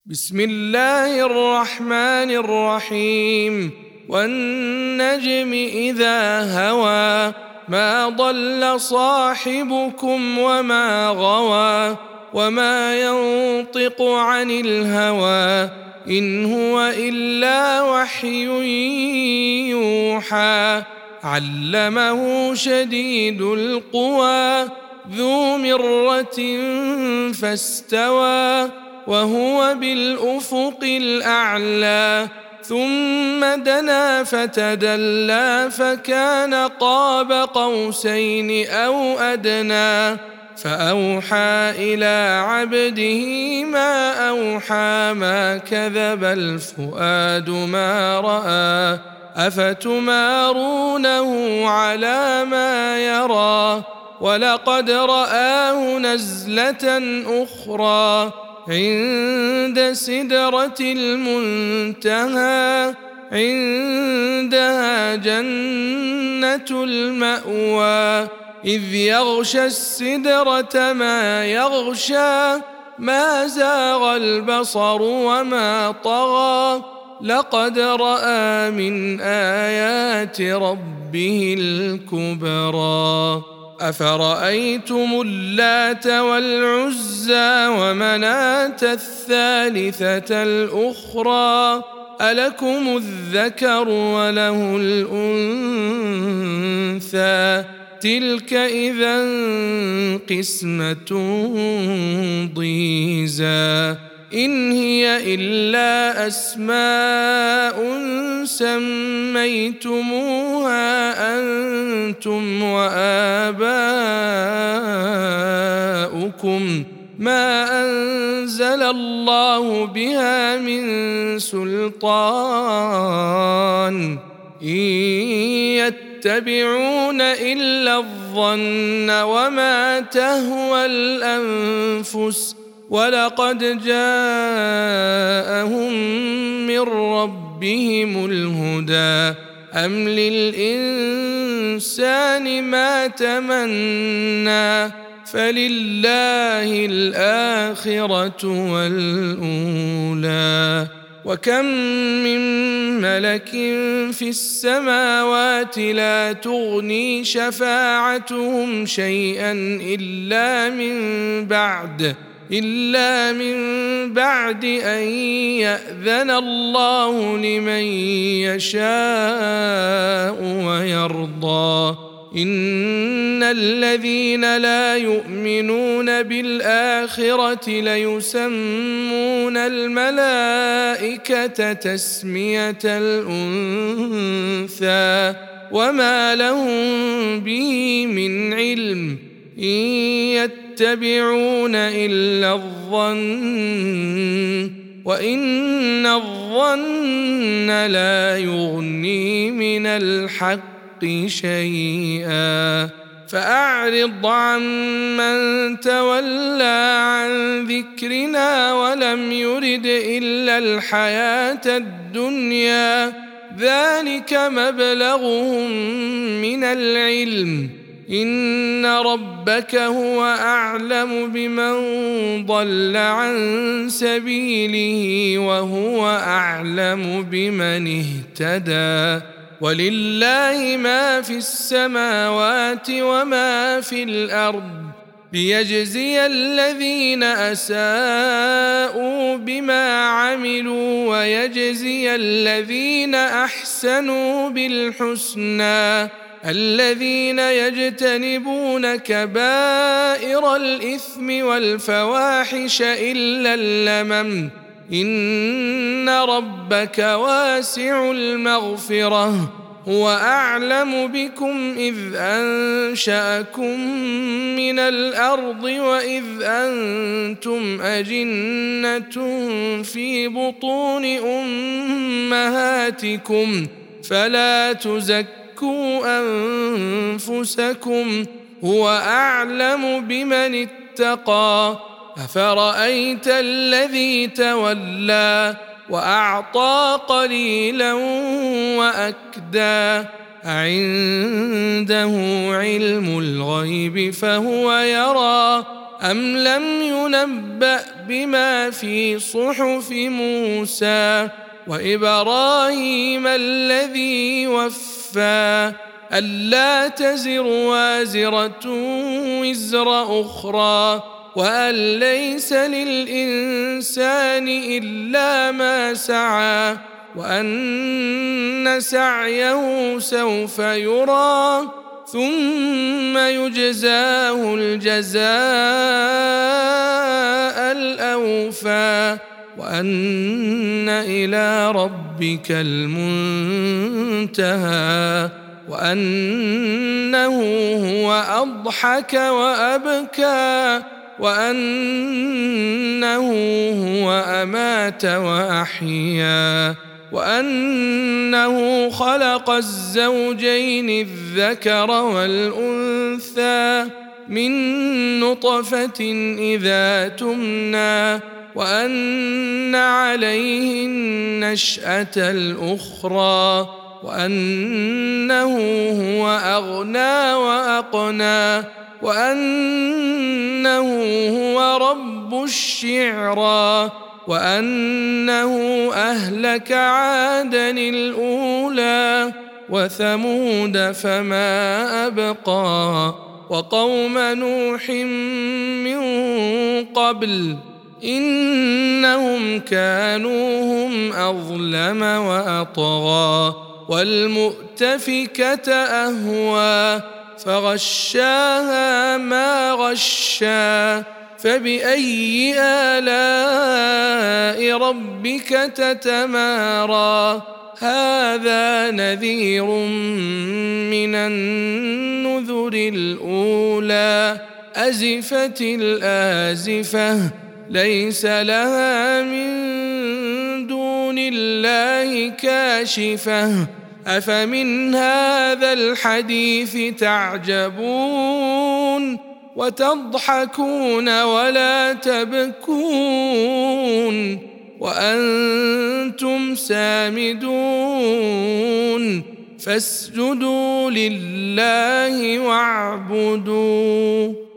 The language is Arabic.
بسم الله الرحمن الرحيم والنجم إذا هوى ما ضل صاحبكم وما غوى وما ينطق عن الهوى إن هو إلا وحي يوحى علمه شديد القوى ذو مرة فاستوى وهو بالأفق الأعلى ثم دنا فتدلى فكان قاب قوسين أو أدنى فأوحى إلى عبده ما أوحى ما كذب الفؤاد ما رأى أفتمارونه على ما يرى ولقد رآه نزلة أخرى عند سدرة المنتهى عندها جنة المأوى إذ يغشى السدرة ما يغشى ما زاغ البصر وما طغى لقد رأى من آيات ربه الكبرى أفرأيتم اللات والعزى ومناة الثالثة الأخرى ألكم الذكر وله الأنثى تلك إذا قسمة ضيزى إن هي إلا أسماء سميتموها أنتم وآباؤكم ما أنزل الله بها من سلطان إن يتبعون إلا الظن وما تهوى الأنفس ولقد جاءهم من ربهم الهدى أم للإنسان ما تمنى فلله الآخرة والأولى وكم من ملك في السماوات لا تغني شفاعتهم شيئا إلا من بعد أن يأذن الله لمن يشاء ويرضى إن الذين لا يؤمنون بالآخرة ليسمون الملائكة تسمية الأنثى وما لهم به من علم إن يتبعون إلا الظن وإن الظن لا يغني من الحق شيئا فأعرض عمن تولى عن ذكرنا ولم يرد إلا الحياة الدنيا ذلك مبلغهم من العلم إن ربك هو أعلم بمن ضل عن سبيله وهو أعلم بمن اهتدى ولله ما في السماوات وما في الأرض ليجزي الذين أساءوا بما عملوا ويجزي الذين أحسنوا بالحسنى الذين يجتنبون كبائر الإثم والفواحش إلا اللمم إن ربك واسع المغفرة هو أعلم بكم إذ أنشأكم من الأرض وإذ أنتم أجنة في بطون أمهاتكم فلا تزكوا أنفسكم هو أعلم بمن اتقى أفرأيت الذي تولى وأعطى قليلا وأكدى أعنده علم الغيب فهو يرى أم لم ينبأ بما في صحف موسى وإبراهيم الذي وفى ألا تزر وازرة وزر أخرى وأن ليس للإنسان إلا ما سعى وأن سعيه سوف يرى ثم يجزاه الجزاء الأوفى وأن إلى ربك المنتهى وأنه هو أضحك وأبكى وأنه هو أمات وأحيا وأنه خلق الزوجين الذكر والأنثى من نطفة إذا تمنى وأن عليه النشأة الأخرى وأنه هو أغنى وأقنى وأنه هو رب الشعرى وأنه أهلك عادا الأولى وثمود فما أبقى وقوم نوح من قبل إنهم كانوا هم أظلم وأطغى والمؤتفكة أهوى فغشاها ما غشا فبأي آلاء ربك تتمارى هذا نذير من النذر الأولى أزفت الآزفة ليس لها من دون الله كاشفة أفمن هذا الحديث تعجبون وتضحكون ولا تبكون وأنتم سامدون فاسجدوا لله واعبدوا